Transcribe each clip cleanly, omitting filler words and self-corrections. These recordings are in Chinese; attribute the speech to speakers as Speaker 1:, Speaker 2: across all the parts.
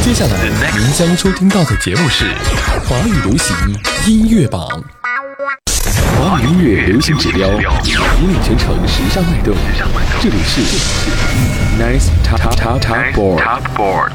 Speaker 1: 接下来您将收听到的节目是华语流行音乐榜。华语音乐流行指标，引领全城时尚脉动。这里是 Nice Top Board。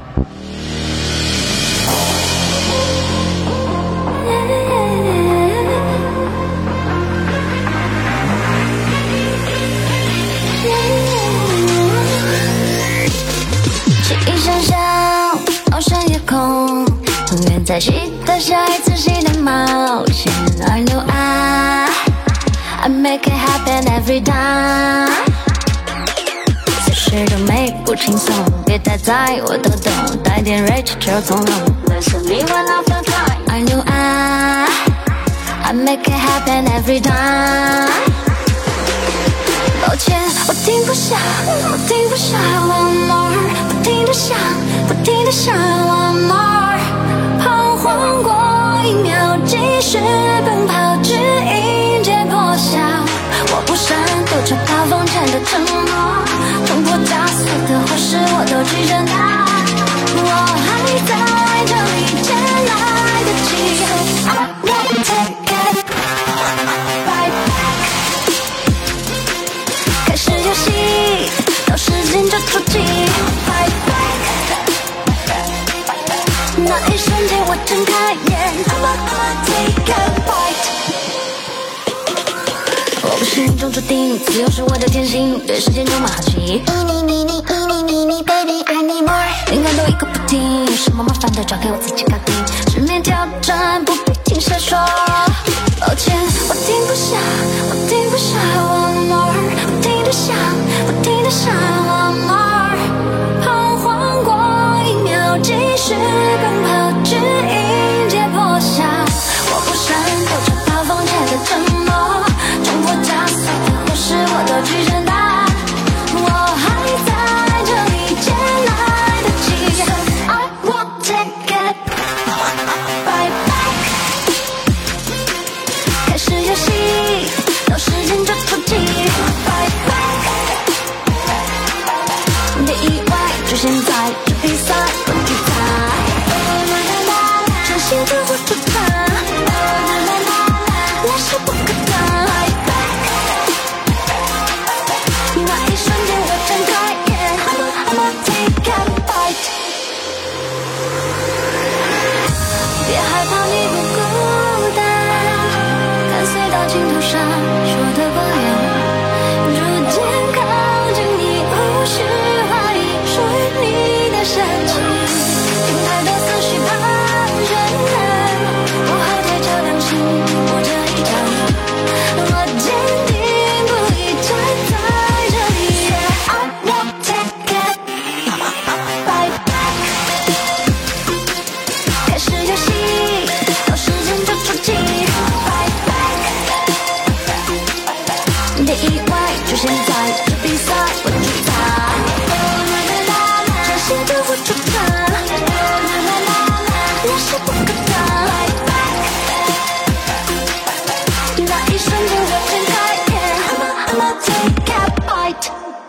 Speaker 2: 一想象翱翔夜空，永远在期待下一次新的冒险。I know I make it happen every time。此时都没不轻松，别太在我都懂，带点 rich 就从容。Listen me when I feel fine。I know I make it happen every time。抱歉，我停不下，我停不下 ，one more， 不停地想，不停地想 ，one more， 彷徨过一秒，继续奔跑，只迎接破晓。我不闪躲着暴风圈的沉默，冲破枷锁的或是我都拒绝它。我还在这里，借来得及。I won't take it right back。开始游戏，到时间就出击 ，Fight back。那一瞬间我睁开眼 ，I'ma take a bite。我不是命中注定，自由是我的天性，对时间充满好奇。Baby I need more。灵感都一个不停，有什么麻烦都交给我自己搞定。直面挑战，不必停下说。抱歉，我停不下，我停不下 ，one more。不停地想，不停地想 ，one more， 彷徨过一秒，继续奔跑，只迎接破晓。我不闪躲着暴风圈的沉默，冲破枷锁的或是我都拒绝它。我还在这里，借来得及。I won't take it right back。开始游戏，到时间就出击。别意外，就现在，这比赛不精彩。专心的活出它，那是不可挡。那一瞬间我睁开眼 ，I'ma take a bite。别害怕，你不孤单，跟随到尽头上说的话呀，逐渐靠近你，无需怀疑，属于你的神奇。听太多思绪盘旋，不好太较量心，我这一条，我坚定不移站在这里。I won't take it right back。开始游戏，到时间就出击 right back。别意外，就现在，这比赛我主宰。专心的活出它，那是不可挡。那一瞬间我睁开眼 ，I'ma take a bite。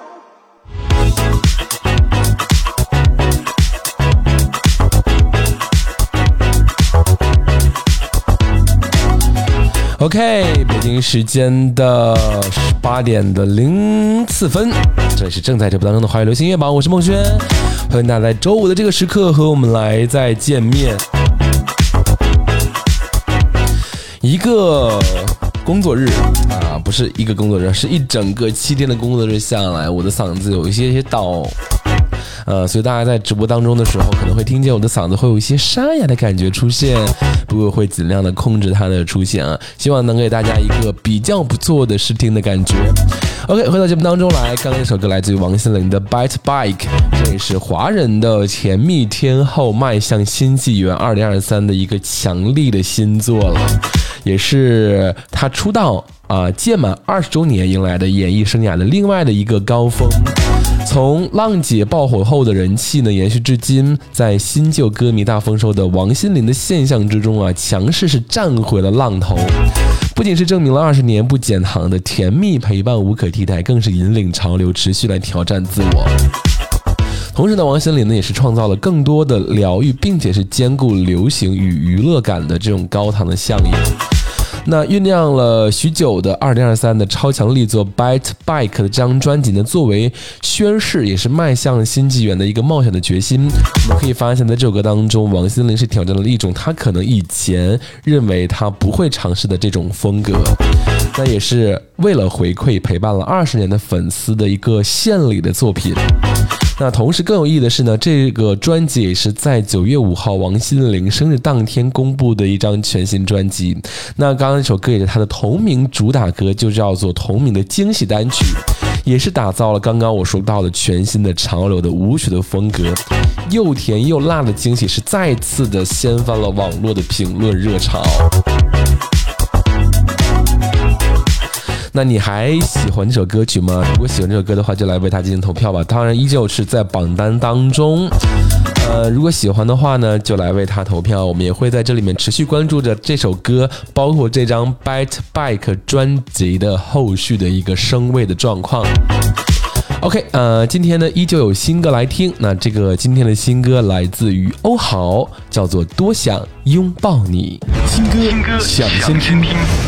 Speaker 1: OK， 北京时间的18点04分，这里是正在直播当中的华语流行音乐榜，我是孟轩，欢迎大家在周五的这个时刻和我们来再见面。一个工作日啊，不是一个工作日，是一整个7天的工作日下来，我的嗓子有一些倒。所以大家在直播当中的时候可能会听见我的嗓子会有一些沙哑的感觉出现，不过会尽量的控制它的出现啊，希望能给大家一个比较不错的视听的感觉。OK， 回到节目当中来，刚刚一首歌来自于王心凌的 Bite Bike， 这也是华人的甜蜜天后迈向新纪元2023的一个强力的新作了，也是她出道届满20周年迎来的演艺生涯的另外的一个高峰。从浪姐爆火后的人气呢，延续至今，在新旧歌迷大丰收的王心凌的现象之中啊，强势是站回了浪头。不仅是证明了20年不减糖的甜蜜陪伴无可替代，更是引领潮流，持续来挑战自我。 同时呢，王心凌呢也是创造了更多的疗愈，并且是兼顾流行与娱乐感的这种高堂的项眼。那酝酿了许久的2023的超强力作《Bite Bike》的这张专辑呢，作为宣誓，也是迈向新纪元的一个冒险的决心。我们可以发现，在这首歌当中，王心凌是挑战了一种他可能以前认为他不会尝试的这种风格。那也是为了回馈陪伴了20年的粉丝的一个献礼的作品。那同时更有意义的是呢，这个专辑也是在9月5号王心凌生日当天公布的一张全新专辑。那刚刚这首歌也是她的同名主打歌，就叫做同名的惊喜单曲，也是打造了刚刚我说到的全新的潮流的舞曲的风格，又甜又辣的惊喜是再次的掀翻了网络的评论热潮。那你还喜欢这首歌曲吗？如果喜欢这首歌的话，就来为它进行投票吧。当然依旧是在榜单当中。如果喜欢的话呢，就来为它投票。我们也会在这里面持续关注着这首歌，包括这张 Bite Bike 专辑的后续的一个声位的状况。OK， 今天呢依旧有新歌来听。那这个今天的新歌来自于欧豪，叫做《多想拥抱你》。新歌想先听。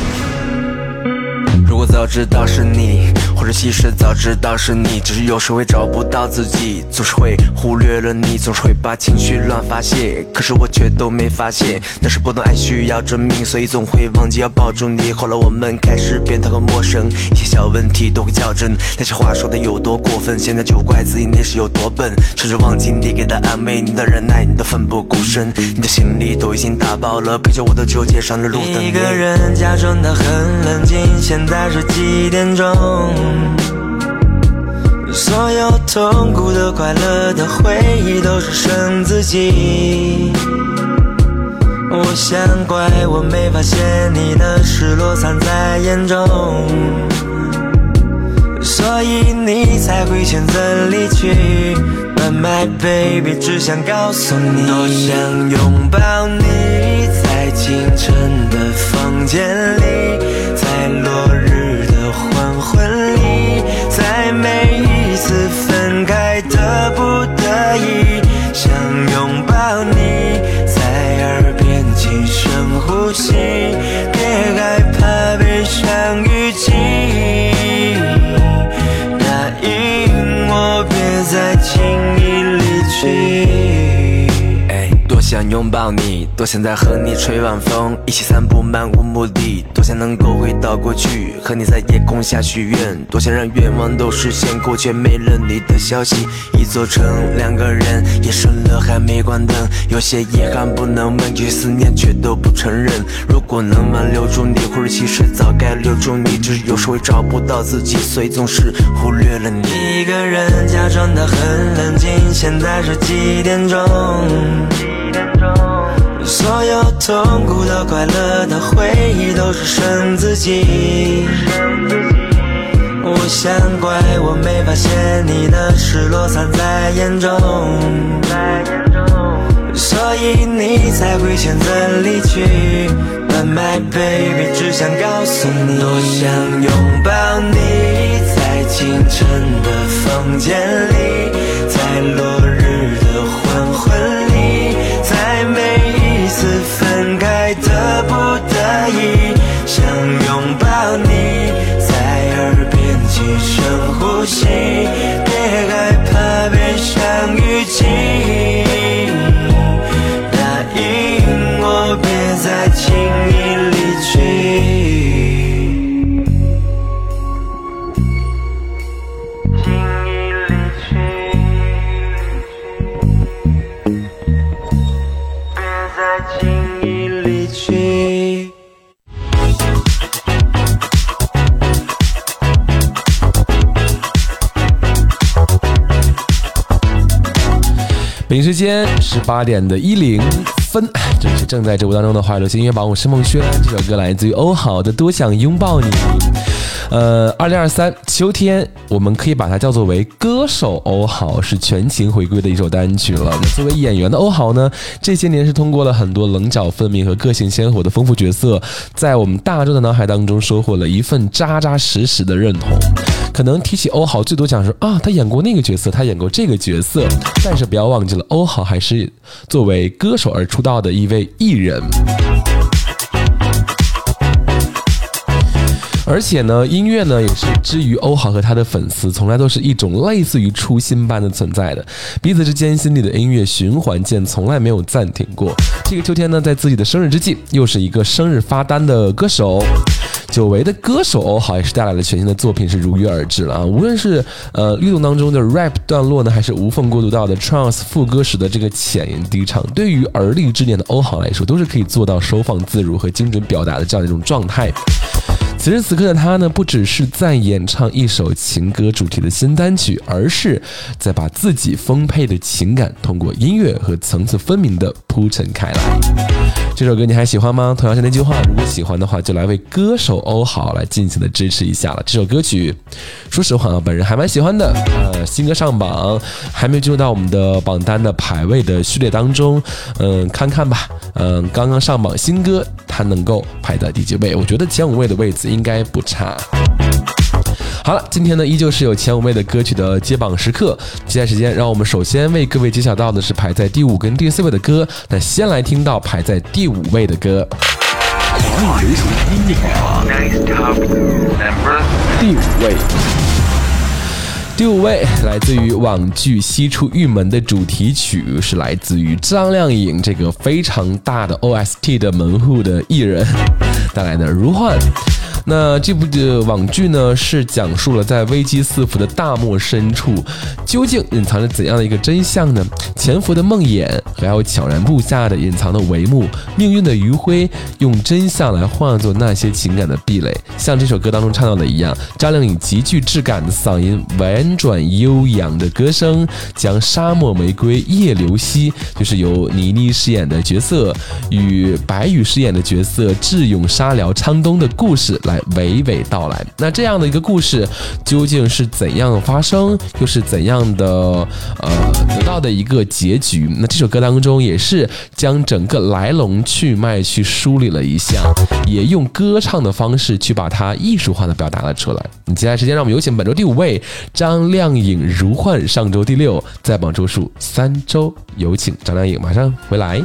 Speaker 3: 如果早知道是你，或者其实早知道是你，只是有时会找不到自己，总是会忽略了你，总是会把情绪乱发泄，可是我却都没发现，那是不懂爱需要证明，所以总会忘记要抱住你。后来我们开始变得很陌生，一些小问题都会较真，那些话说的有多过分，现在就怪自己那时有多笨，甚至忘记你给的安慰，你的忍耐，你的奋不顾身，你的行李都已经打包了，陪着我的纠结上了路灯。一个人假装得很冷静，现在是几点钟？所有痛苦的、快乐的回忆都是剩自己。我想怪我没发现你的失落藏在眼中，所以你才会选择离去。But my baby， 只想告诉你，多想拥抱你，在清晨的房间里，在落日的黄昏里，在每一次分开的不得已，想拥抱你，在耳边轻声呼吸，别害怕被伤淤青，答应我别再轻易离去。多想拥抱你，多想再和你吹晚风，一起散步漫无目的，多想能够回到过去，和你在夜空下许愿，多想让愿望都实现过，却没了你的消息。一座城两个人，夜深了还没关灯，有些遗憾不能问，有些思念却都不承认。如果能挽留住你，或者其实早该留住你，只是有时会找不到自己，所以总是忽略了你。一个人假装得很冷静，现在是几点钟？所有痛苦的、快乐的回忆都是剩自己。我想怪我没发现你的失落藏在眼中，所以你才会选择离去。But my baby， 只想告诉你，多想拥抱你，在清晨的房间里，在落日的黄昏里，在每一次分开的不得已，想拥抱你，在耳边轻声呼吸，别害怕被伤淤青，答应我别再轻易离去。
Speaker 1: 北京时间18点的10分，这里是正在直播当中的华语流行音乐榜，我是孟轩。这首歌来自于欧豪的《多想拥抱你》。2023秋天，我们可以把它叫做为歌手欧豪，是全情回归的一首单曲了。那作为演员的欧豪呢，这些年是通过了很多棱角分明和个性鲜活的丰富角色，在我们大众的脑海当中收获了一份扎扎实实的认同。 可能提起欧豪，最多讲说啊，他演过那个角色，他演过这个角色，但是不要忘记了，欧豪还是作为歌手而出道的一位艺人。而且呢，音乐呢也是之于欧豪和他的粉丝，从来都是一种类似于初心般的存在的，彼此之间心里的音乐循环键从来没有暂停过。这个秋天呢，在自己的生日之际，又是一个生日发单的歌手。久违的歌手欧豪也是带来了全新的作品，是如约而至了啊！无论是律动当中的 rap 段落呢，还是无缝过渡到的 trance 副歌时的这个浅吟低唱，对于而立之年的欧豪来说，都是可以做到收放自如和精准表达的这样一种状态。此时此刻的他呢，不只是在演唱一首情歌主题的新单曲，而是在把自己丰沛的情感通过音乐和层次分明的铺陈开来。这首歌你还喜欢吗？同样是那句话，如果喜欢的话，就来为歌手欧豪来尽情的支持一下了。这首歌曲，说实话啊，本人还蛮喜欢的。新歌上榜，还没有进入到我们的榜单的排位的序列当中。看看吧。刚刚上榜新歌，它能够排在第几位？我觉得前5位的位置应该不差。好了，今天呢依旧是有前5位的歌曲的揭榜时刻。接下来时间，让我们首先为各位揭晓到的是排在第5跟第4位的歌。那先来听到排在第5位的歌。华语流行音乐榜第5位。第5位来自于网剧《西出玉门》的主题曲，是来自于张靓颖这个非常大的 OST 的门户的艺人带来的《如幻》。那这部的网剧呢，是讲述了在危机四伏的大漠深处，究竟隐藏着怎样的一个真相呢？潜伏的梦魇，还有悄然布下的隐藏的帷幕，命运的余晖，用真相来化作那些情感的壁垒。像这首歌当中唱到的一样，张靓颖极具质感的嗓音，婉转悠扬的歌声，将沙漠玫瑰叶流西，就是由倪妮饰演的角色与白宇饰演的角色智勇沙辽昌东的故事来娓娓道来。那这样的一个故事究竟是怎样发生，又是怎样的得到的一个结局？那这首歌当中也是将整个来龙去脉去梳理了一下，也用歌唱的方式去把它艺术化的表达了出来。接下来时间，让我们有请本周第5位张靓颖《如幻》，上周第6，在榜周数3周，有请张靓颖马上回来。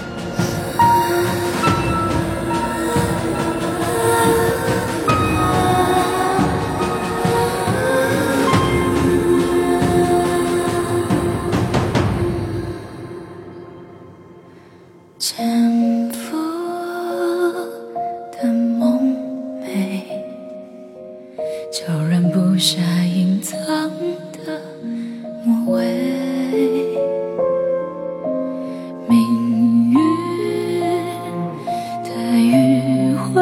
Speaker 4: 潜伏的梦寐，悄然布下隐藏的魔尾，命运的余晖，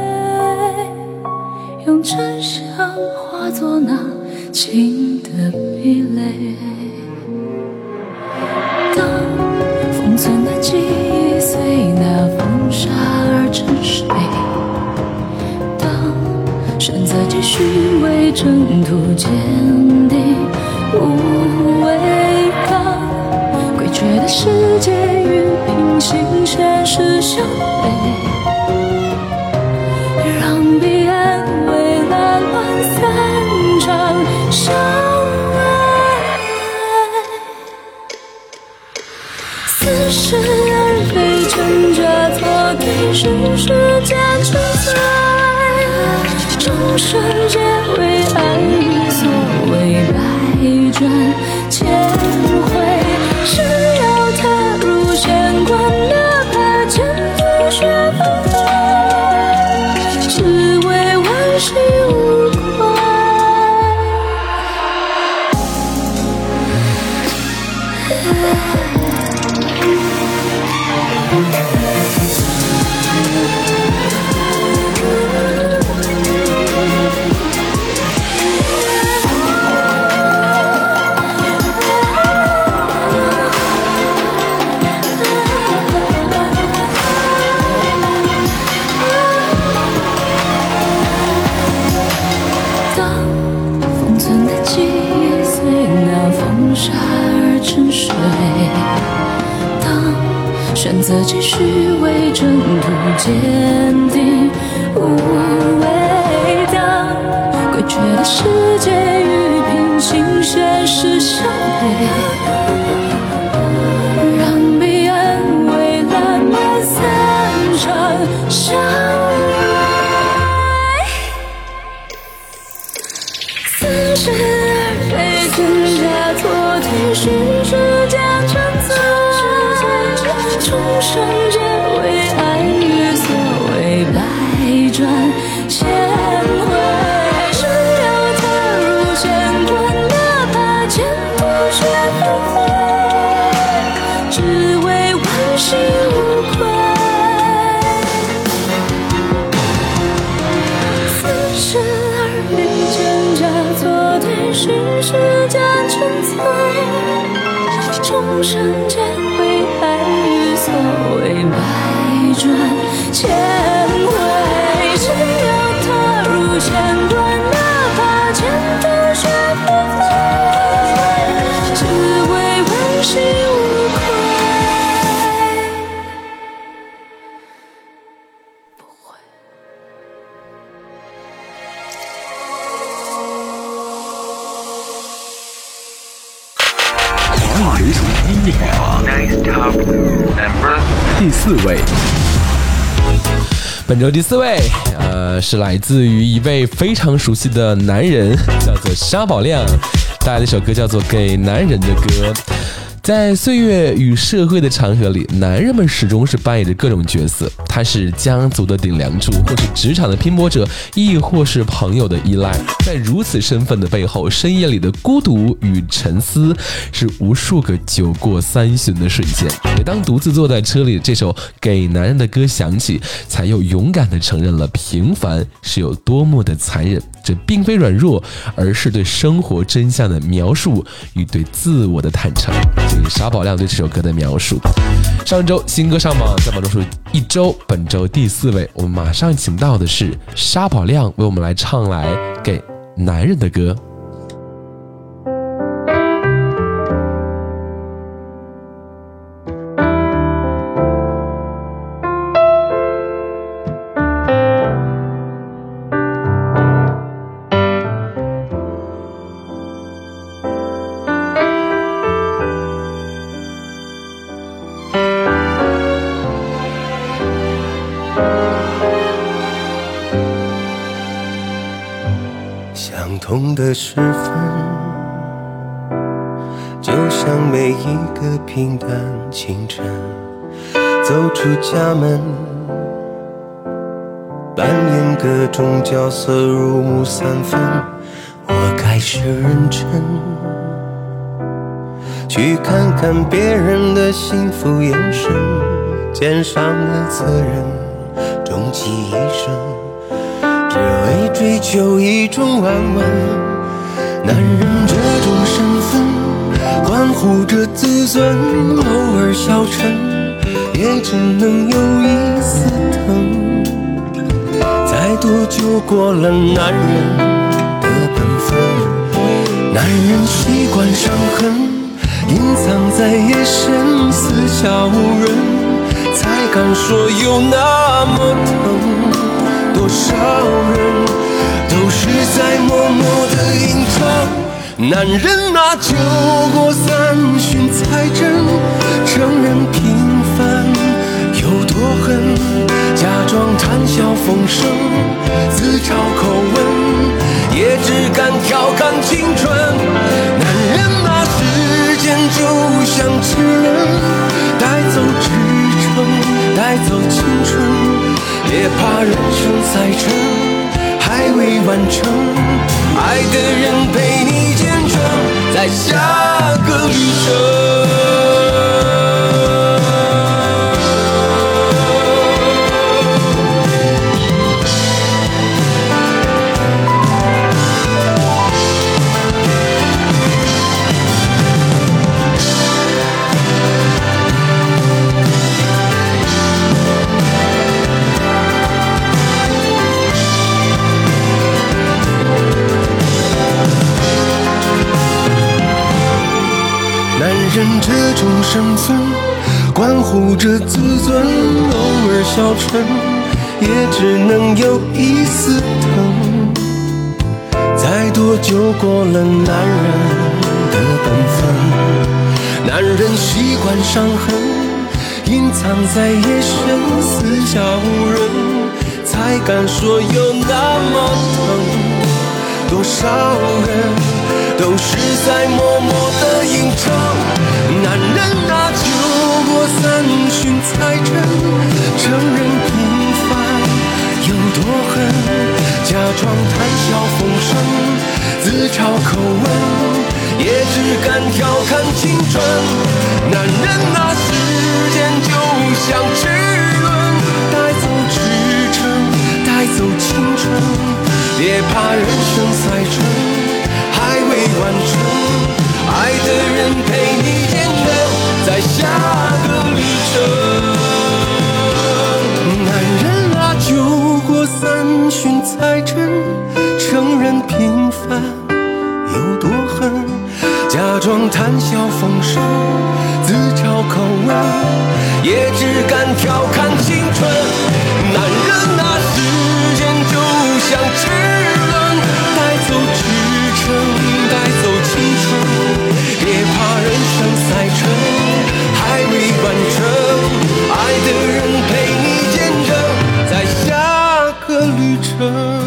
Speaker 4: 用真相化作那情的壁垒。当封存的记忆随那风沙而沉睡，当选择继续为征途坚定无畏刚，诡谲的世界与平行现实相悖，让彼岸蔚蓝乱散场相似是而非，挣扎错给是时间承载，众生皆为爱所为，百转千回，是要踏入玄关，哪怕千足雪纷飞，只为万世无愧。当封存的记忆随那风沙而沉睡，当选择继续为征途坚定无畏，当诡觉得世界与平行现实相悖，让彼岸蔚蓝面散场相爱，似是而非，真假错对，虚实间存在，众生皆为爱与所谓百转千回，只要踏入乾坤，哪怕前途雪纷飞，只为万幸无愧。似是而非，真假错对，虚实间存在，众生皆为爱与所谓百转千回，只要踏入乾坤，哪怕前途雪纷飞，只为万幸无愧。不会。
Speaker 5: 华语流行音乐第4位。
Speaker 1: 本周第4位，是来自于一位非常熟悉的男人，叫做沙宝亮，带来的一首歌叫做《给男人的歌》。在岁月与社会的长河里，男人们始终是扮演着各种角色，他是家族的顶梁柱，或是职场的拼搏者，亦或是朋友的依赖。在如此身份的背后，深夜里的孤独与沉思，是无数个酒过三巡的瞬间。每当独自坐在车里，这首《给男人的歌》响起，才又勇敢地承认了平凡是有多么的残忍。这并非软弱，而是对生活真相的描述与对自我的坦诚。这是沙宝亮对这首歌的描述。上周新歌上榜，在榜中数1周，本周第4位。我们马上请到的是沙宝亮，为我们来唱来给男人的歌。
Speaker 6: 相同的时分，就像每一个平淡清晨，走出家门，扮演各种角色，入木三分。我开始认真，去看看别人的幸福眼神，肩上的责任，终其一生，只为追求一种安稳。男人这种身份，关乎着自尊，偶尔消沉，也只能有一丝疼。才多久过了男人的本分？男人习惯伤痕，隐藏在夜深，四下无人，才敢说有那么疼。多少人都是在默默的隐藏，男人啊，酒过三巡才真承认平凡有多狠，假装谈笑风生，自嘲口吻，也只敢调侃青春。男人啊，时间就像齿轮，带走支撑，带走青春，别怕人生赛程还未完成，爱的人陪你见证在下个旅程。人这种身份，关乎着自尊，偶尔消沉，也只能有一丝疼。 多就过了男人的本分，男人习惯伤痕，隐藏在夜深，四下无人，才敢说有那么疼。多少人都是在默默的硬撑，男人啊，酒过三巡才真，承认平凡有多狠，假装谈笑风生，自嘲口吻，也只敢调侃青春。男人啊，时间就像齿轮，带走赤诚，带走青春，别怕人生赛程还未完成，爱的人陪你见证在下个旅程。男人啊，酒过三巡才真，承认平凡有多狠，假装谈笑风生，自嘲口吻，也只敢调侃青春。男人啊，时间就像齿轮，带走赤诚，带走青春，别怕人生赛程还未完成，爱的人陪你见证在下个旅程。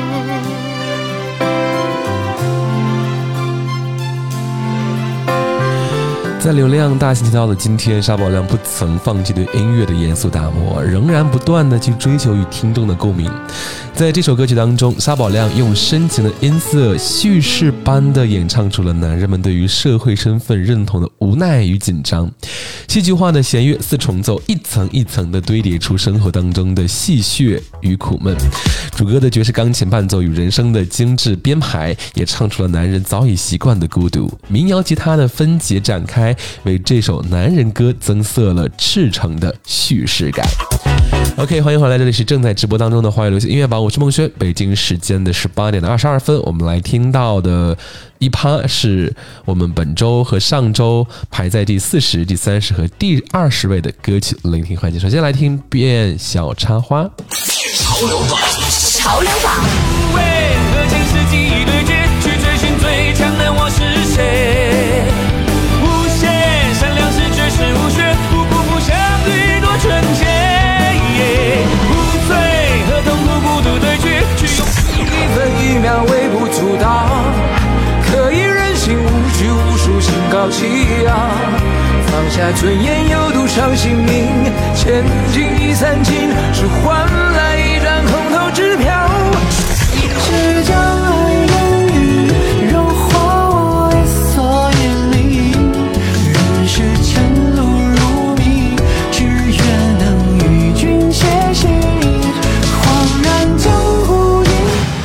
Speaker 1: 在流量大行其道的今天，沙宝亮不曾放弃对音乐的严肃打磨，仍然不断的去追求与听众的共鸣。在这首歌曲当中，沙宝亮用深情的音色叙事般的演唱出了男人们对于社会身份认同的无奈与紧张。戏剧化的弦乐四重奏一层一层的堆叠出生活当中的戏谑与苦闷，主歌的爵士钢琴伴奏与人声的精致编排也唱出了男人早已习惯的孤独。民谣吉他的分解展开，为这首男人歌增色了赤诚的叙事感。OK， 欢迎回来，这里是正在直播当中的华语流行音乐榜，我是孟轩。北京时间的18点22分，我们来听到的一趴是我们本周和上周排在第40、第30和第20位的歌曲聆听环节。首先来听变小插花。
Speaker 7: 潮流榜，
Speaker 2: 潮流榜。
Speaker 7: 为和新世纪对决，去追寻最强的我是谁？无限善良是绝世无缺，不辜负相遇多纯洁。无罪和痛苦孤独对决，去用1分1秒微不足道，可以任性无拘无束，心高气傲，放下尊严有赌场性命，前进13进，是换来一张空头支票。是将爱人与融化我所眼里，人世前路如迷，只愿能与君偕行，恍然江湖影。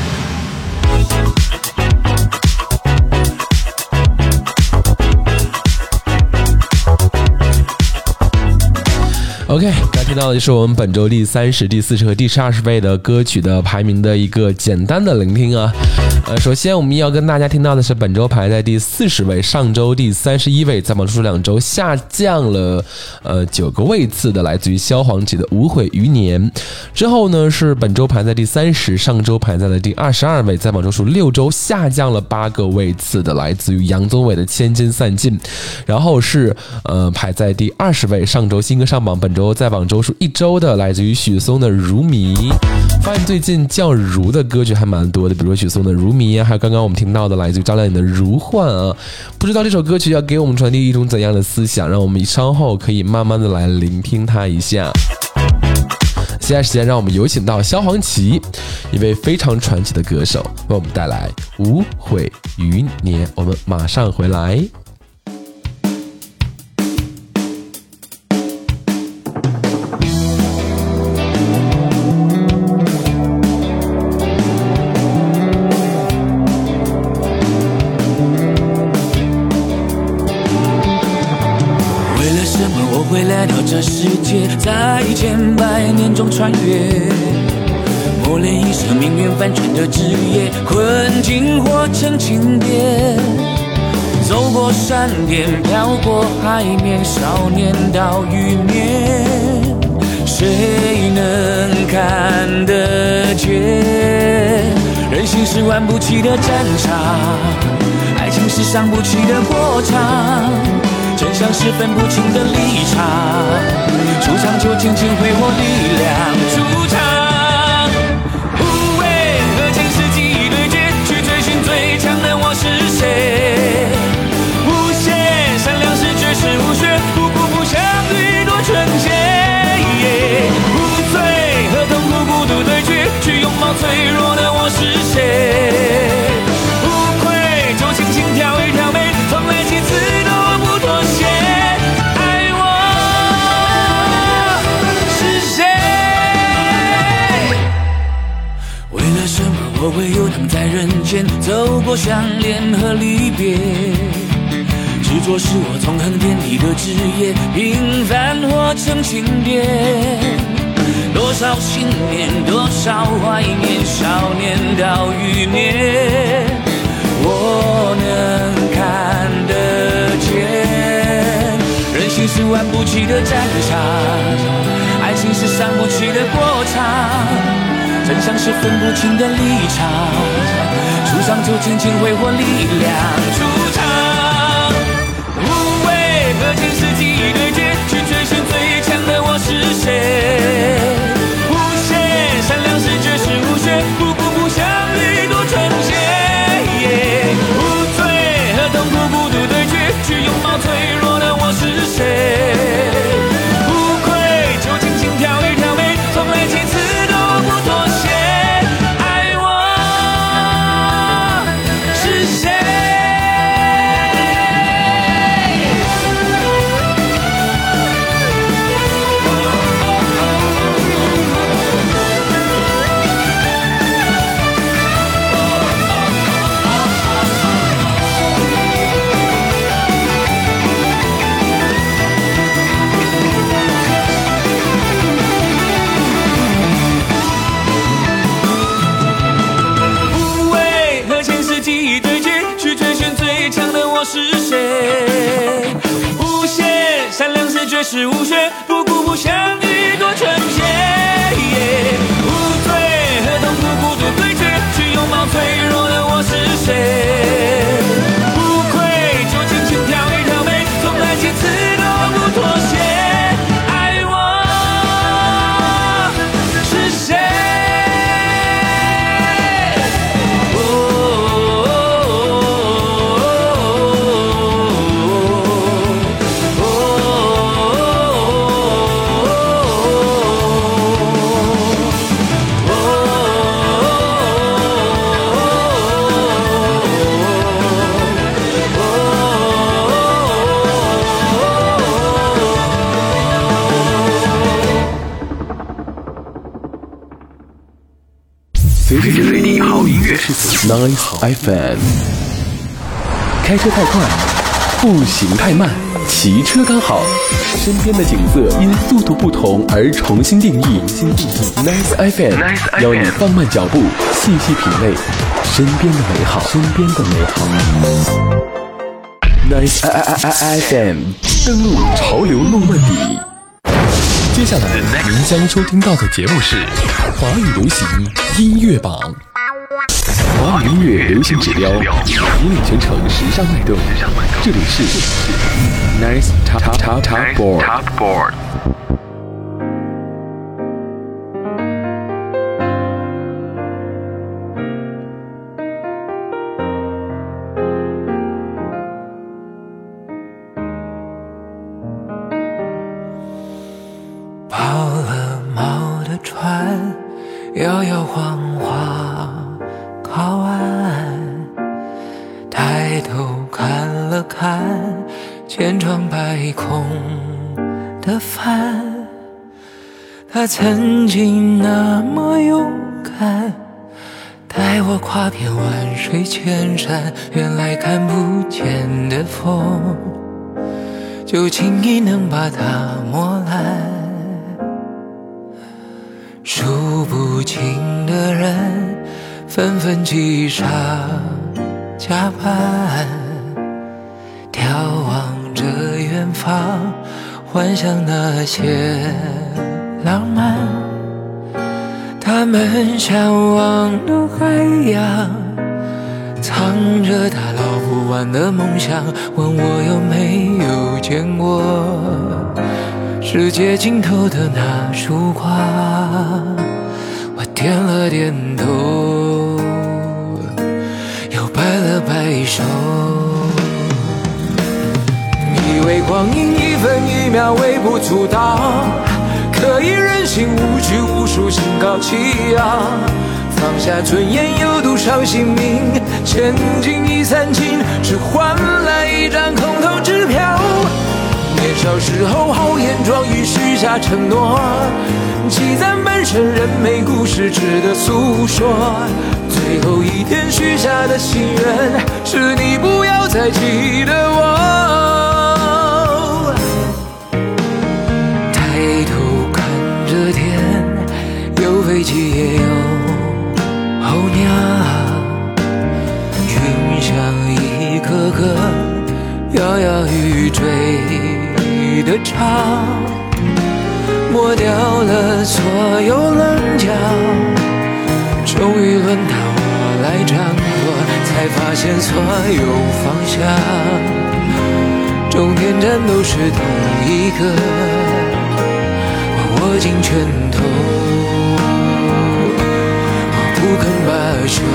Speaker 1: OK， 刚才听到的就是我们本周第30、第40和第20位的歌曲的排名的一个简单的聆听啊。首先我们要跟大家听到的是本周排在第40位，上周第31位，在榜出2周下降了9个位次的，来自于萧煌奇的《无悔余年》。之后呢是本周排在第30，上周排在了第22位，在榜周数6周下降了8个位次的，来自于杨宗纬的《千金散尽》。然后是排在第20位，上周新歌上榜，本周在榜周数1周的，来自于许嵩的《如迷》。发现最近叫如的歌曲还蛮多的，比如说许嵩的《如迷》啊，还有刚刚我们听到的来自于张靓颖的《如幻》啊。不知道这首歌曲要给我们传递一种怎样的思想，让我们稍后可以慢慢的来聆听它一下。现在时间让我们有请到萧煌奇，一位非常传奇的歌手，为我们带来《无悔余年》。我们马上回来。
Speaker 7: 会来到这世界，在10000年中穿越，磨练一生命运翻转的职业，困境活成情节，走过山巅，飘过海面，少年到余年，谁能看得见？人心是玩不起的战场，爱情是上不去的过场，真相是分不清的立场，出场就尽情挥霍力量，出场无畏和前世记忆对决，去追寻最强的我是谁，无限善良是绝世无学，不辜负相遇多纯洁，无罪和痛苦孤独对决，去拥抱脆弱的我是谁，无愧就轻轻挑一挑眉，从来几次都不妥协，爱我是谁？为了什么我会游荡在人间，走过相恋和离别，执着是我纵横天地的职业，平凡活成情节，多少信念，多少怀念，少年到余灭，我能看得见。人心是玩不起的战场，爱情是上不去的过场，真相是分不清的立场，出场就尽情挥霍力量，出场无畏和前世记忆对决，去追寻最强的我是谁，无限善良是绝世无学，不辜负相遇多纯洁，无罪和痛苦孤独对决，去拥抱脆弱的我是谁，无愧就轻轻挑一挑眉，从来几次都不妥协，爱我是谁？无畏和前世记忆对决，去追寻最强的我是谁，无限善良是绝世无学，不辜负相遇多纯洁，无罪和痛苦孤独对决，去拥抱脆弱的我是谁，无愧就轻轻挑一挑眉，从来几次都不妥协，爱我是谁？
Speaker 5: 随时随地好音乐 ，Nice FM。开车太快，步行太慢，骑车刚好。身边的景色因速度不同而重新定义。Nice FM 邀你放慢脚步，细细品味身边的美好。Nice FM 登陆潮流诺曼底。接下来您将收听到的节目是华语流行音乐榜，华语音乐流行指标，引领全城时尚脉动。这里是 Nice Top Board。
Speaker 7: 抛了锚的船，摇摇晃晃靠岸，抬头看了看千疮百孔的帆，他曾经那么勇敢，带我跨遍万水千山，原来看不见的风就轻易能把它磨烂，数不清的人纷纷机上加班，眺望着远方，幻想那些浪漫。
Speaker 3: 他们向往的海洋，藏着他捞不完的梦想，问我有没有见过世界尽头的那束光。我点了点头，又摆了摆手，以为光阴一分一秒微不足道，可以任性无拘无束，心高气傲，放下尊严有赌上性命，千金已散尽，只换来一张空头支票。年少时候豪言壮语，许下承诺，积攒半生人美故事值得诉说。最后一天许下的心愿，是你不要再记得我。抬头看着天，有飞机也有候鸟，云像一颗颗摇摇欲坠的潮，抹掉了所有棱角，终于轮到我来掌舵，才发现所有方向终点站都是同一个，我握紧拳头，我不肯罢休，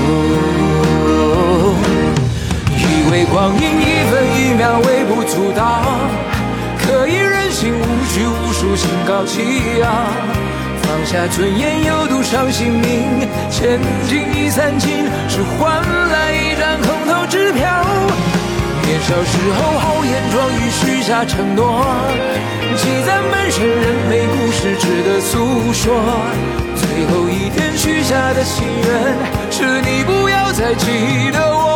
Speaker 3: 以为光阴一分一秒微不足道，可以任性无拘无束，心高气傲，放下尊严有赌上性命，千金已散尽，只换来一张空头支票。年少时候豪言壮语，许下承诺，积攒半生人美故事值得诉说。最后一天许下的心愿，是你不要再记得我。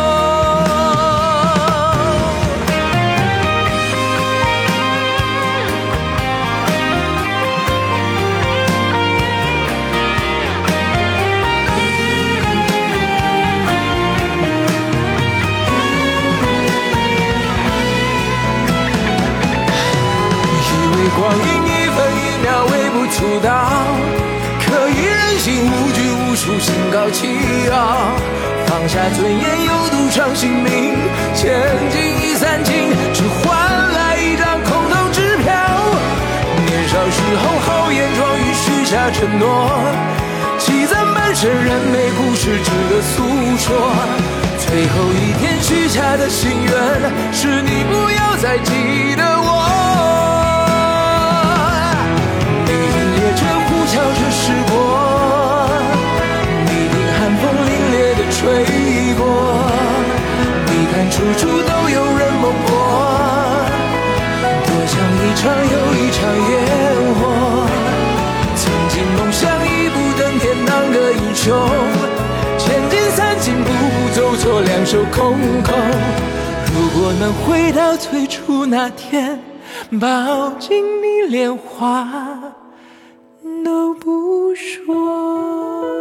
Speaker 3: 光阴一分一秒微不足道，可以任性无拘无束，心高气傲，放下尊严有赌上性命，千金已散尽，只换来一张空头支票。年少时候豪言壮语，许下承诺，积攒半生人美故事值得诉说。最后一天许下的心愿，是你不要再记得我。笑着驶过，你听寒风凛冽地吹过，你看处处都有人梦过，多像一场又一场烟火。曾经梦想一步登天当个英雄，千金散尽步步走错两手空空。如果能回到最初那天，抱紧你莲花都不说。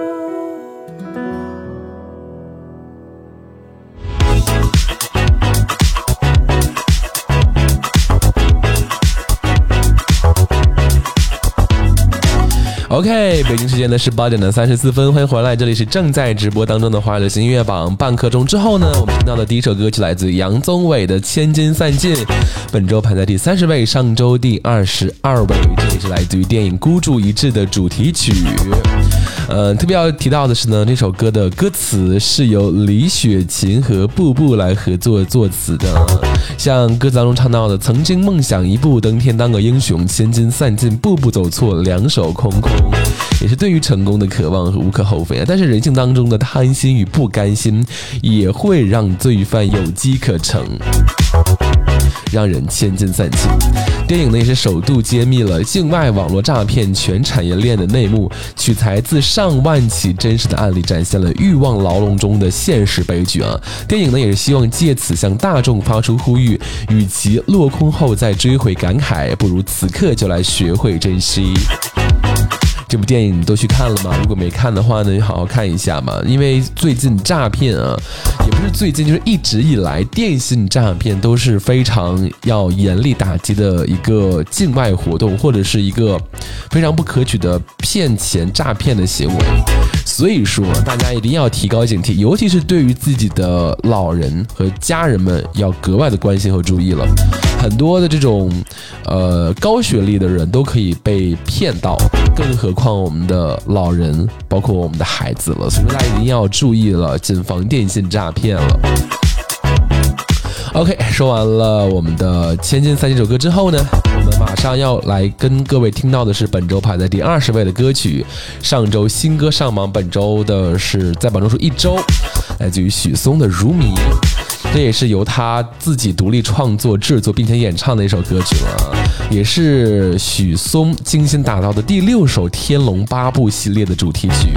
Speaker 1: OK， 北京时间的18点34分，欢迎回来，这里是正在直播当中的华语流行音乐榜。半刻钟之后呢，我们听到的第一首歌曲来自杨宗纬的《千金散尽》，本周排在第30位，上周第22位，这也是来自于电影《孤注一掷》的主题曲。特别要提到的是呢，这首歌的歌词是由李雪琴和步步来合作作词的。像歌词当中唱到的，曾经梦想一步登天当个英雄，千金散尽步步走错两手空空，也是对于成功的渴望和无可厚非。但是人性当中的贪心与不甘心，也会让罪犯有机可乘，让人千金散尽。电影呢也是首度揭秘了境外网络诈骗全产业链的内幕，取材自上万起真实的案例，展现了欲望牢笼中的现实悲剧啊！电影呢也是希望借此向大众发出呼吁，与其落空后再追悔感慨，不如此刻就来学会珍惜。 这部电影你都去看了吗？如果没看的话呢，你好好看一下嘛。因为最近诈骗啊，也不是最近，就是一直以来电信诈骗都是非常要严厉打击的一个境外活动，或者是一个非常不可取的骗钱诈骗的行为。所以说大家一定要提高警惕，尤其是对于自己的老人和家人们要格外的关心和注意了。很多的这种高学历的人都可以被骗到，更何况我们的老人包括我们的孩子了。所以说大家一定要注意了，谨防电信诈骗了。OK， 说完了我们的千金三千首歌之后呢，我们马上要来跟各位听到的是本周排在第20位的歌曲。上周新歌上榜，本周的是在榜中数1周，来自于许嵩的《如迷》，这也是由他自己独立创作、制作并且演唱的一首歌曲了，也是许嵩精心打造的第6首《天龙八部》系列的主题曲。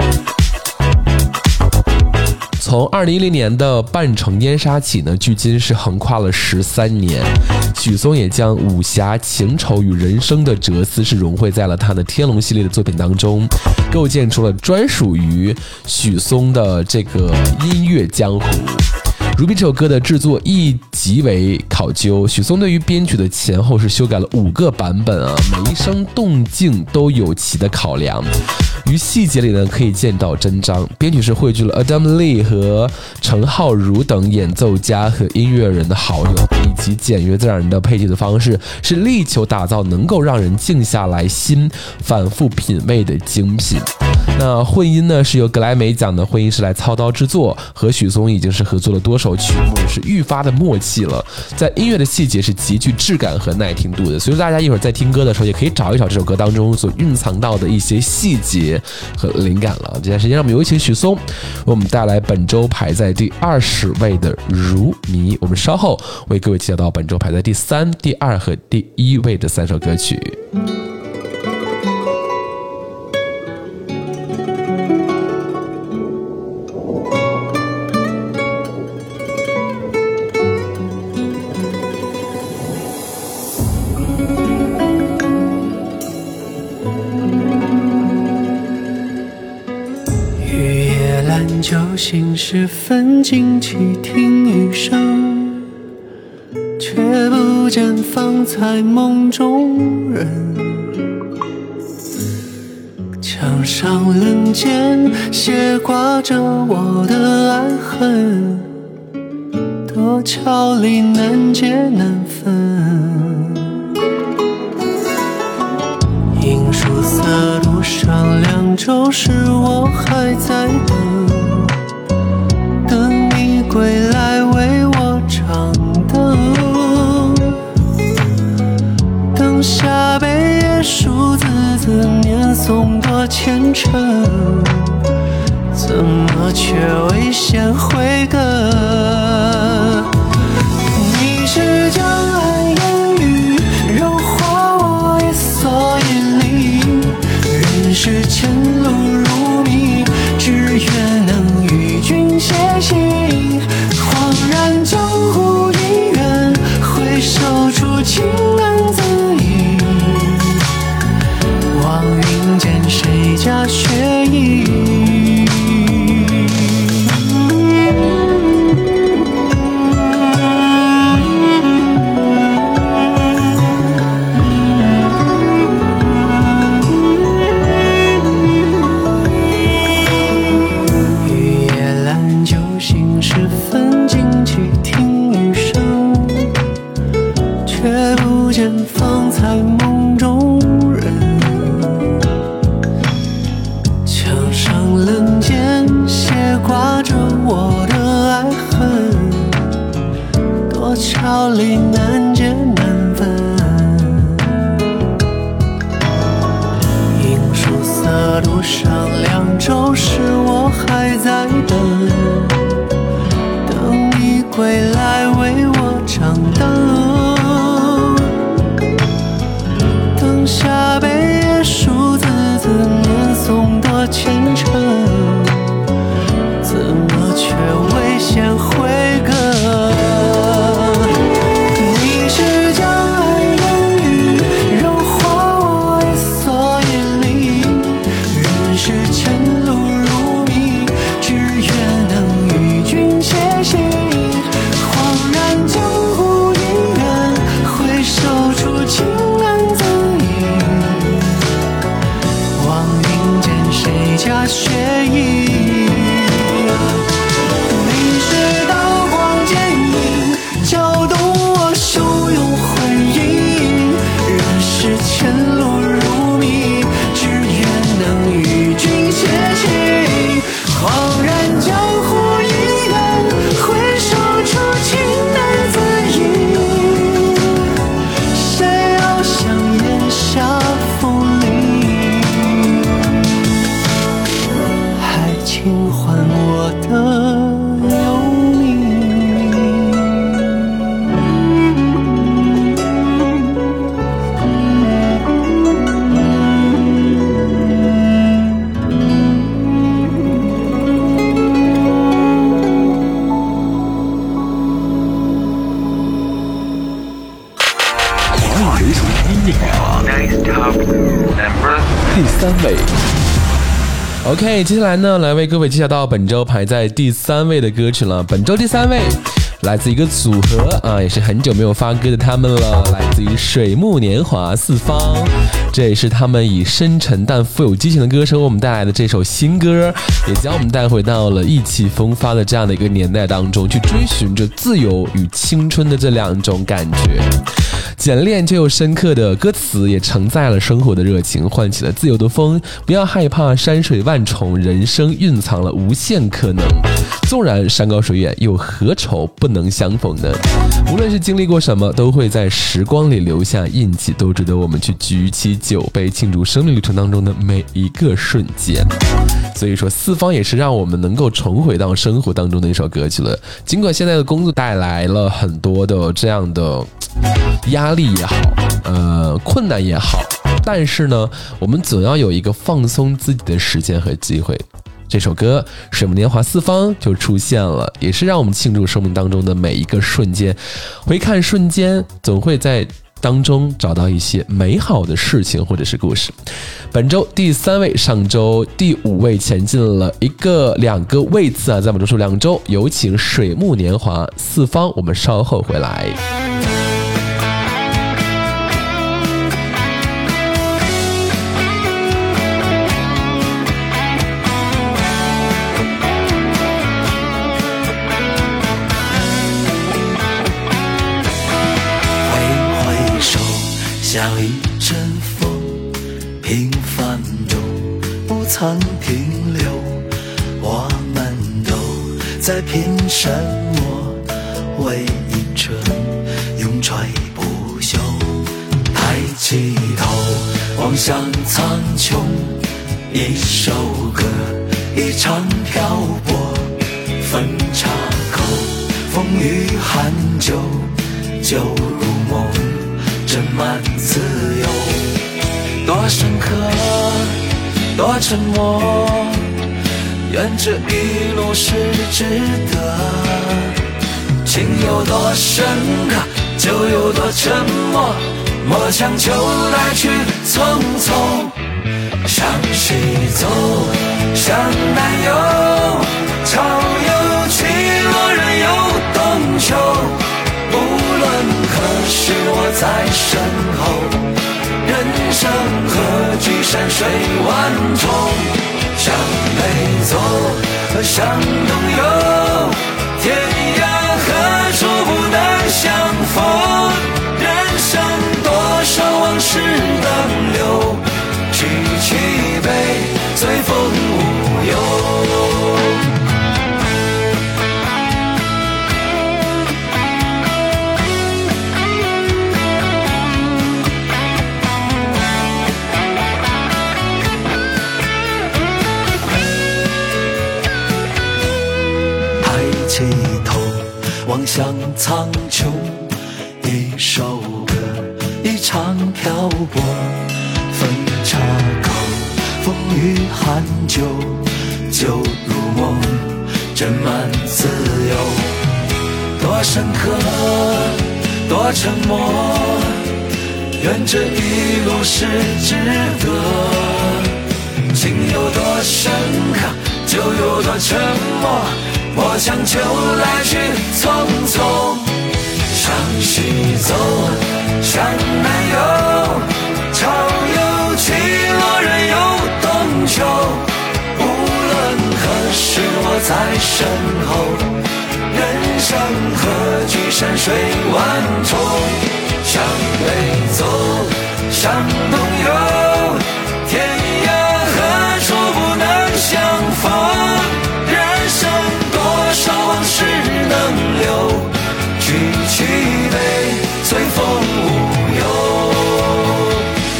Speaker 1: 从2010年的《半城烟沙》起呢，距今是横跨了13年。许嵩也将武侠、情仇与人生的哲思是融汇在了他的天龙系列的作品当中，构建出了专属于许嵩的这个音乐江湖。《如迷》这首歌的制作亦极为考究，许嵩对于编曲的前后是修改了5个版本啊，每一声动静都有其的考量。于细节里呢，可以见到真章。编曲是汇聚了 Adam Lee 和程浩如等演奏家和音乐人的好友，以及简约自然的配器的方式，是力求打造能够让人静下来心反复品味的精品。那混音呢，是由格莱美奖的混音师来操刀制作，和许嵩已经是合作了多首曲目，是愈发的默契了。在音乐的细节是极具质感和耐听度的，所以说大家一会儿在听歌的时候，也可以找一找这首歌当中所蕴藏到的一些细节和灵感了。接下来时间让我们有请许嵩为我们带来本周排在第20位的《如迷》，我们稍后为各位介绍到本周排在第3、第2和第1位的3首歌曲。
Speaker 6: 酒醒时分，静气听雨声，却不见方才梦中人。墙上人间斜挂着我的爱恨，多桥里难解难分。映出色路上2周时，我还在等你归来为我长灯，等下北野树字字念诵多虔诚，怎么却未显慧根？你是将爱言语融化我一所眼里，人世前路如迷，只愿能与君偕行。恍然江湖一远，回首处情恩自已，望云间谁家雪意。
Speaker 5: 第3位。
Speaker 1: OK， 接下来呢，来为各位介绍到本周排在第3位的歌曲了。本周第3位来自一个组合啊，也是很久没有发歌的他们了，来自于水木年华四方。这也是他们以深沉但富有激情的歌声为我们带来的这首新歌，也将我们带回到了意气风发的这样的一个年代当中，去追寻着自由与青春的这2种感觉。简练却又深刻的歌词也承载了生活的热情，唤起了自由的风。不要害怕山水万重，人生蕴藏了无限可能。纵然山高水远，又何愁不能相逢呢？无论是经历过什么，都会在时光里留下印记，都值得我们去举起酒杯，庆祝生命旅程当中的每一个瞬间。所以说，四方也是让我们能够重回到生活当中的一首歌曲了。尽管现在的工作带来了很多的这样的压力也好，困难也好，但是呢，我们总要有一个放松自己的时间和机会。这首歌《水木年华四方》就出现了，也是让我们庆祝生命当中的每一个瞬间。回看瞬间，总会在当中找到一些美好的事情或者是故事。本周第3位，上周第5位，前进了2个位次啊，在我们周数2周，有请水木年华四方，我们稍后回来。
Speaker 3: 像一阵风，平凡中不曾停留，我们都在拼什么？为一春永垂不朽。抬起头望向苍穹，一首歌，一场漂泊，分岔口，风雨寒酒，就如梦，斟满自由。多深刻，多沉默，愿这一路是值得。情有多深刻，就有多沉默，莫强求来去匆匆。向西走，向南游，潮有起落，人有东秋。无论何时我在身后，人生何惧山水万重。向北走，向东游，天涯何处不能相逢。人生多少往事等留，举起杯，随风无忧。抬起头望向苍穹，一首歌，一场漂泊，分岔口，风雨寒酒，就如梦，斟满自由。多深刻，多沉默，愿这一路是值得。情有多深刻，就有多沉默，莫强求来去匆匆。向西走，向南游，潮有起落，人有东秋。无论何时我在身后，人生何惧山水万重。向北走，向东游，天涯何处不能相逢。人生多少往事能留，举起杯，随风无忧。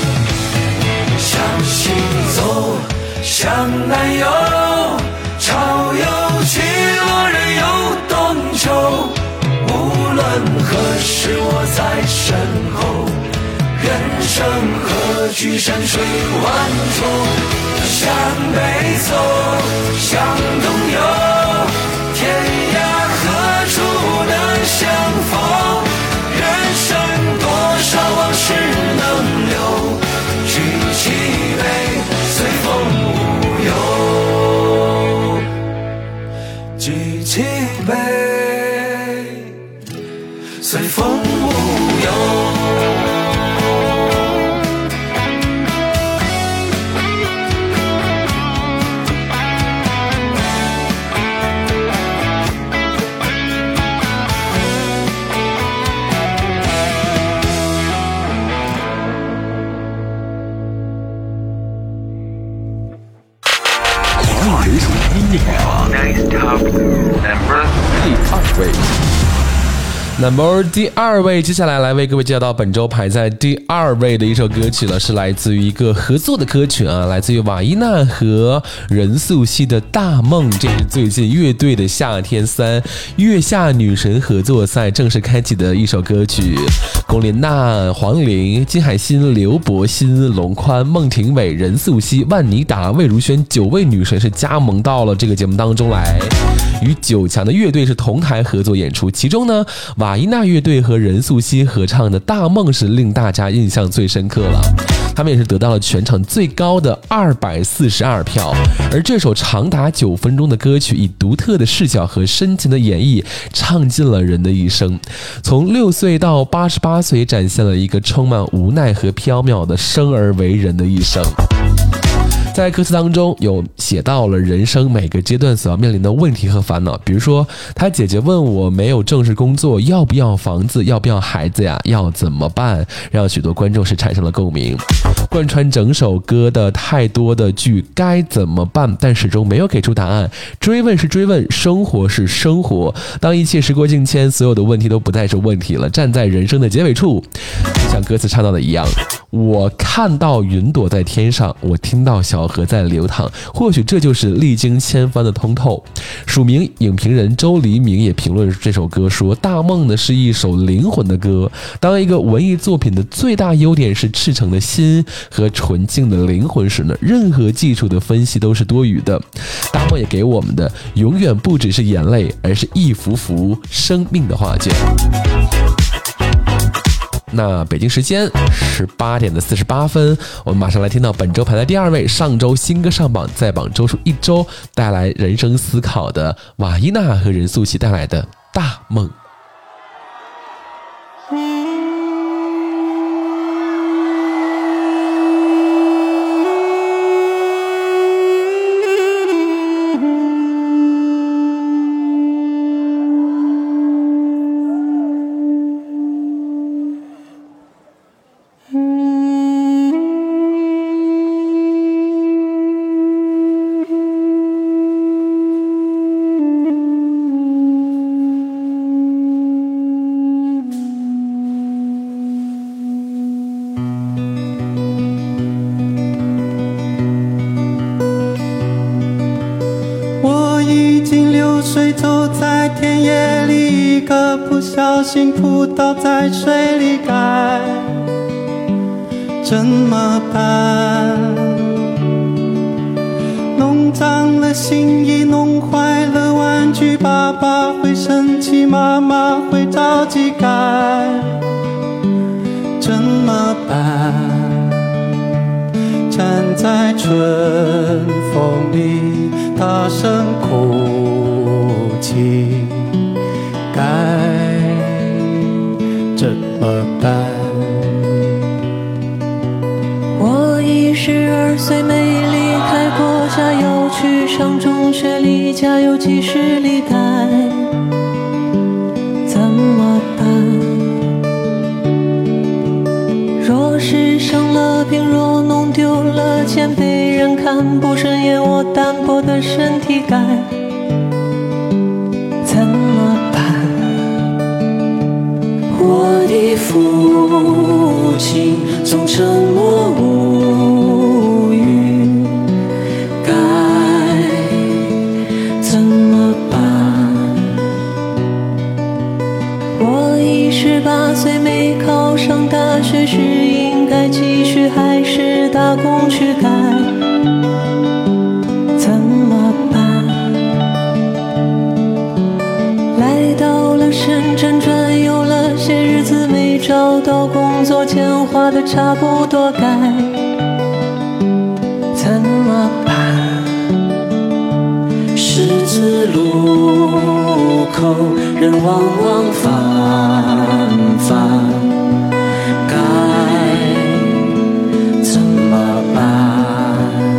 Speaker 3: 向西走，向南游，潮有起落，人有东秋。无论何时我在身后，人生何惧山水万重。向北走，向东游，天涯何处不能相逢。人生多少往事能留，举
Speaker 5: 流行音乐榜
Speaker 1: Number 第二位，接下来来为各位介绍到本周排在第二位的一首歌曲了，是来自于一个合作的歌曲啊，来自于瓦伊娜和任素汐的《大梦》，这是最近乐队的夏天3月下女神合作赛正式开启的一首歌曲。龚琳娜、黄龄、金海心、刘柏辛、龙宽、孟庭苇、任素汐、万妮达、魏如萱9位女神是加盟到了这个节目当中来，与9强的乐队是同台合作演出。其中呢，瓦伊娜乐队和任素汐合唱的《大梦》是令大家印象最深刻了，他们也是得到了全场最高的242票。而这首长达9分钟的歌曲，以独特的视角和深情的演绎，唱尽了人的一生，从6岁到88岁，展现了一个充满无奈和缥缈的生而为人的一生。在歌词当中有写到了人生每个阶段所要面临的问题和烦恼，比如说他姐姐问我没有正式工作，要不要房子，要不要孩子呀，要怎么办，让许多观众是产生了共鸣。贯穿整首歌的太多的句该怎么办，但始终没有给出答案。追问是追问，生活是生活，当一切时过境迁，所有的问题都不再是问题了，站在人生的结尾处，就像歌词唱到的一样，我看到云朵在天上，我听到小河在流淌，或许这就是历经千帆的通透。署名影评人周黎明也评论这首歌说，大梦呢是一首灵魂的歌，当一个文艺作品的最大优点是赤诚的心和纯净的灵魂时呢，任何技术的分析都是多余的。大梦也给我们的永远不只是眼泪，而是一幅幅生命的画卷。那北京时间18点48分，我们马上来听到本周排在第二位，上周新歌上榜，在榜周数1周，带来人生思考的瓦伊娜和任素汐带来的《大梦》。
Speaker 8: 水走在田野里，一个不小心扑倒在水里，该怎么办？弄脏了心意，弄坏了玩具，爸爸会生气，妈妈会着急，该怎么办？站在春风里大声哭泣，该怎么办？
Speaker 4: 我12岁没离开过家，要去上中学，离家有几十里，该怎么办？若是生了病，若弄丢了钱，被人看不顺眼，我单薄的身体该怎么办？我的父亲总沉默无语，该怎么办？我18岁没考上大学，是应该继续还是打工去，该怎么办？来到了深圳转悠了些日子，没找到工作，钱花的差不多，该怎么办？十字路口人往往繁繁，该怎么办？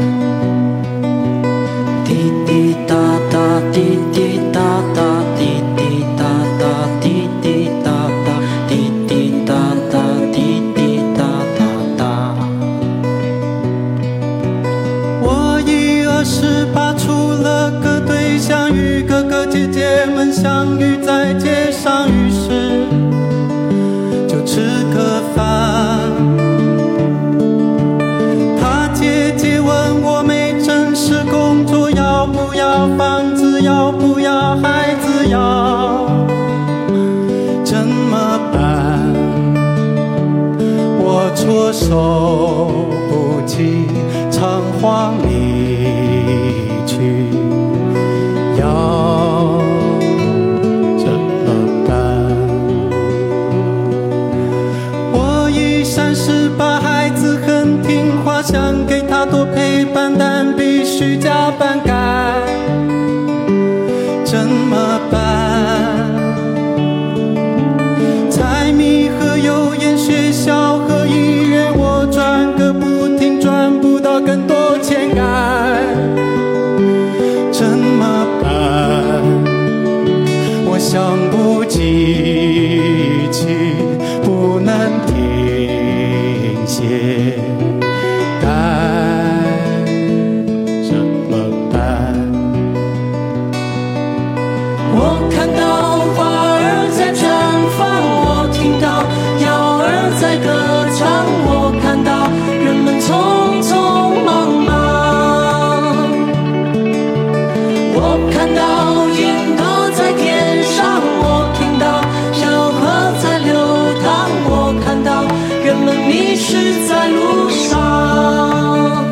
Speaker 4: 滴滴答答，滴滴答答，滴滴答答，滴滴答答，滴滴答答，滴滴答答。
Speaker 8: 我已28，出了相遇在街上，于是就吃个饭。他姐姐问我没正式工作，要不要房子，要不要孩子，要怎么办？我措手不及，仓皇离去，要怎么办？我已38，孩子很听话，想给他多陪伴，但必须加班，该怎么办？柴米和油盐，学校和医院，我转个不停，赚不到更多钱，该怎么办？我想不记起，不能停歇，该怎么办？
Speaker 7: 我看到花儿在绽放，我听到鸟儿在歌唱，我看到人们匆匆忙忙，我看到云朵在天上，我听到小河在流淌，我看到人们迷失在路上。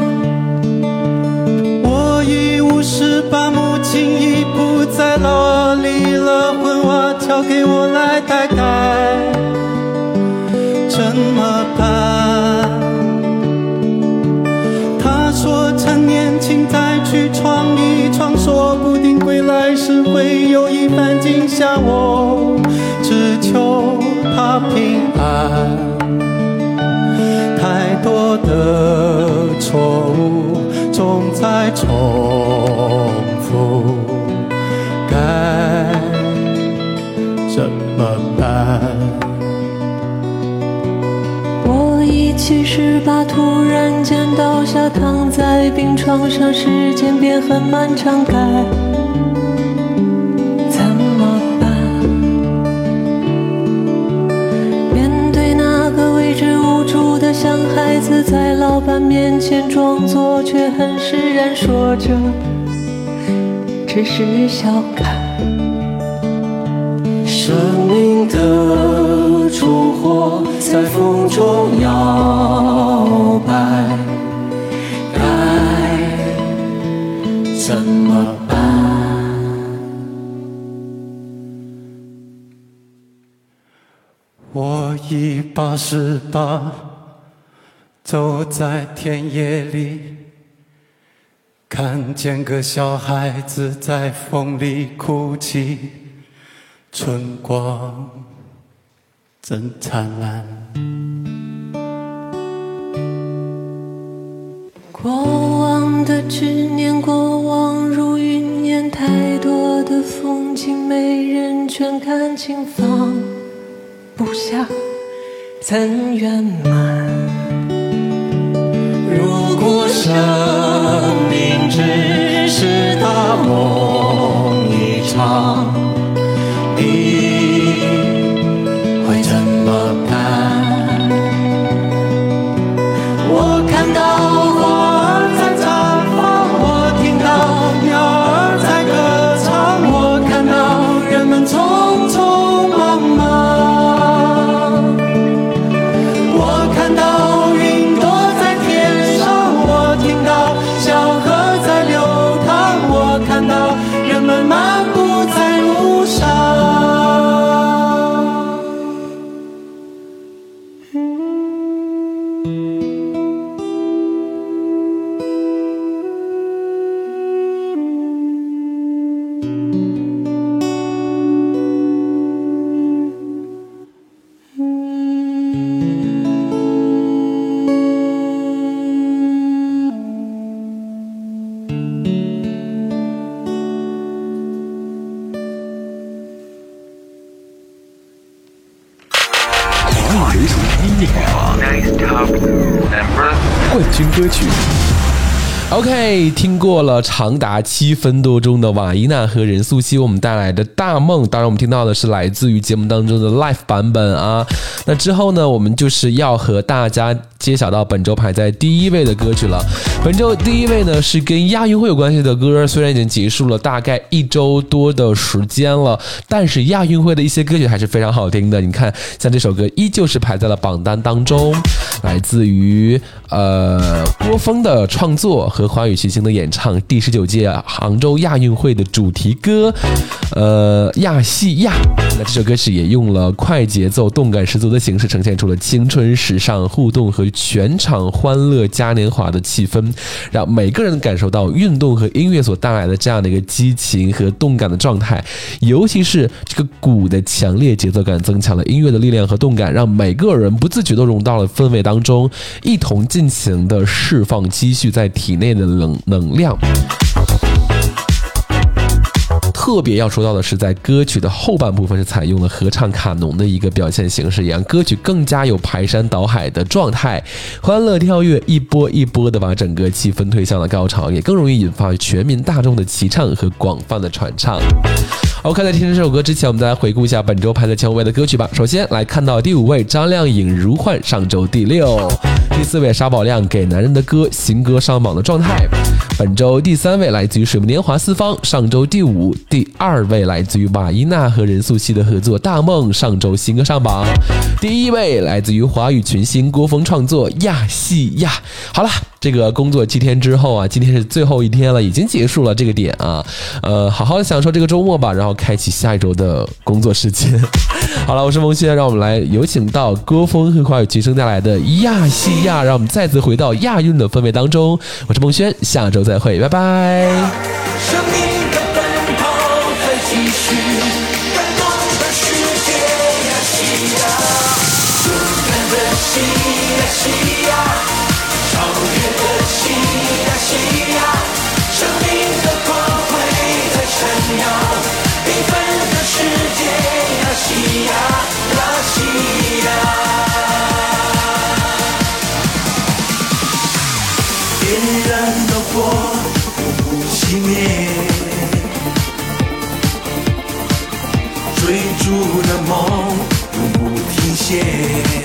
Speaker 8: 我已58，母亲已不在，老儿离了婚，娃交给我来带，该怎么办？他说趁年轻再去闯一闯，说不定归来时会有一番景象，我只求他平安。太多的错误总在重复，该怎么办？
Speaker 4: 我已78，突然间倒下，躺在病床上，时间变很漫长，该怎么办？面对那个未知无助的像孩子，在老板面前装作，却很释然，说着只是笑看。
Speaker 7: 生命的烛火在风中摇摆，该怎么办？
Speaker 8: 我已88，走在田野里，看见个小孩子在风里哭泣，春光真灿烂。
Speaker 4: 过往的执念，过往如云烟，太多的风景没人全看清，放不下怎圆满？
Speaker 8: 如果生命只是大梦一场，你会怎么办？我看到花儿在绽放，我听到鸟儿在歌唱，我看到人们匆匆忙忙，我看到云朵在天上，我听到小河在流淌，我看到人们漫步在路上。
Speaker 5: 流行音乐榜冠军歌曲
Speaker 1: OK， 听过了长达7分多钟的瓦伊娜和任素汐我们带来的大梦，当然我们听到的是来自于节目当中的 live 版本啊。那之后呢，我们就是要和大家揭晓到本周排在第1位的歌曲了。本周第1位呢是跟亚运会有关系的歌，虽然已经结束了大概1周多的时间了，但是亚运会的一些歌曲还是非常好听的。你看，像这首歌依旧是排在了榜单当中，来自于郭峰的创作和华语群星的演唱，第19届杭州亚运会的主题歌亚细亚。那这首歌曲也用了快节奏动感十足的形式，呈现出了青春时尚互动和全场欢乐嘉年华的气氛，让每个人感受到运动和音乐所带来的这样的一个激情和动感的状态。尤其是这个鼓的强烈节奏感增强了音乐的力量和动感，让每个人不自觉地融到了氛围当中，一同尽情地释放积蓄在体内的能量。特别要说到的是，在歌曲的后半部分是采用了合唱卡农的一个表现形式，也让歌曲更加有排山倒海的状态，欢乐跳跃，一波一波的把整个气氛推向了高潮，也更容易引发全民大众的齐唱和广泛的传唱。OK， 在听这首歌之前，我们再来回顾一下本周排在前5位的歌曲吧。首先来看到第5位，张靓颖《如幻》上周第6，第4位沙宝亮《给男人的歌》新歌上榜的状态。本周第3位来自于水木年华四方，上周第5。第2位来自于瓦伊娜和任素汐的合作《大梦》，上周新歌上榜。第1位来自于华语群星郭峰创作《亚细亚》。好了，这个工作7天之后啊，今天是最后一天了，已经结束了这个点啊，好好享受这个周末吧，然后开启下一周的工作时间。好了，我是孟轩，让我们来有请到郭峰和华语群星带来的《亚细亚》，让我们再次回到亚运的氛围当中。我是孟轩，下周再会，拜拜。
Speaker 8: 生命的奔跑在继续，感动的世界亚细亚，勇敢的心亚细亚，超越的心亚细亚，生命的光辉在闪耀，缤纷的世界亚细亚，亚细亚，点燃的火不熄灭，追逐的梦永不停歇。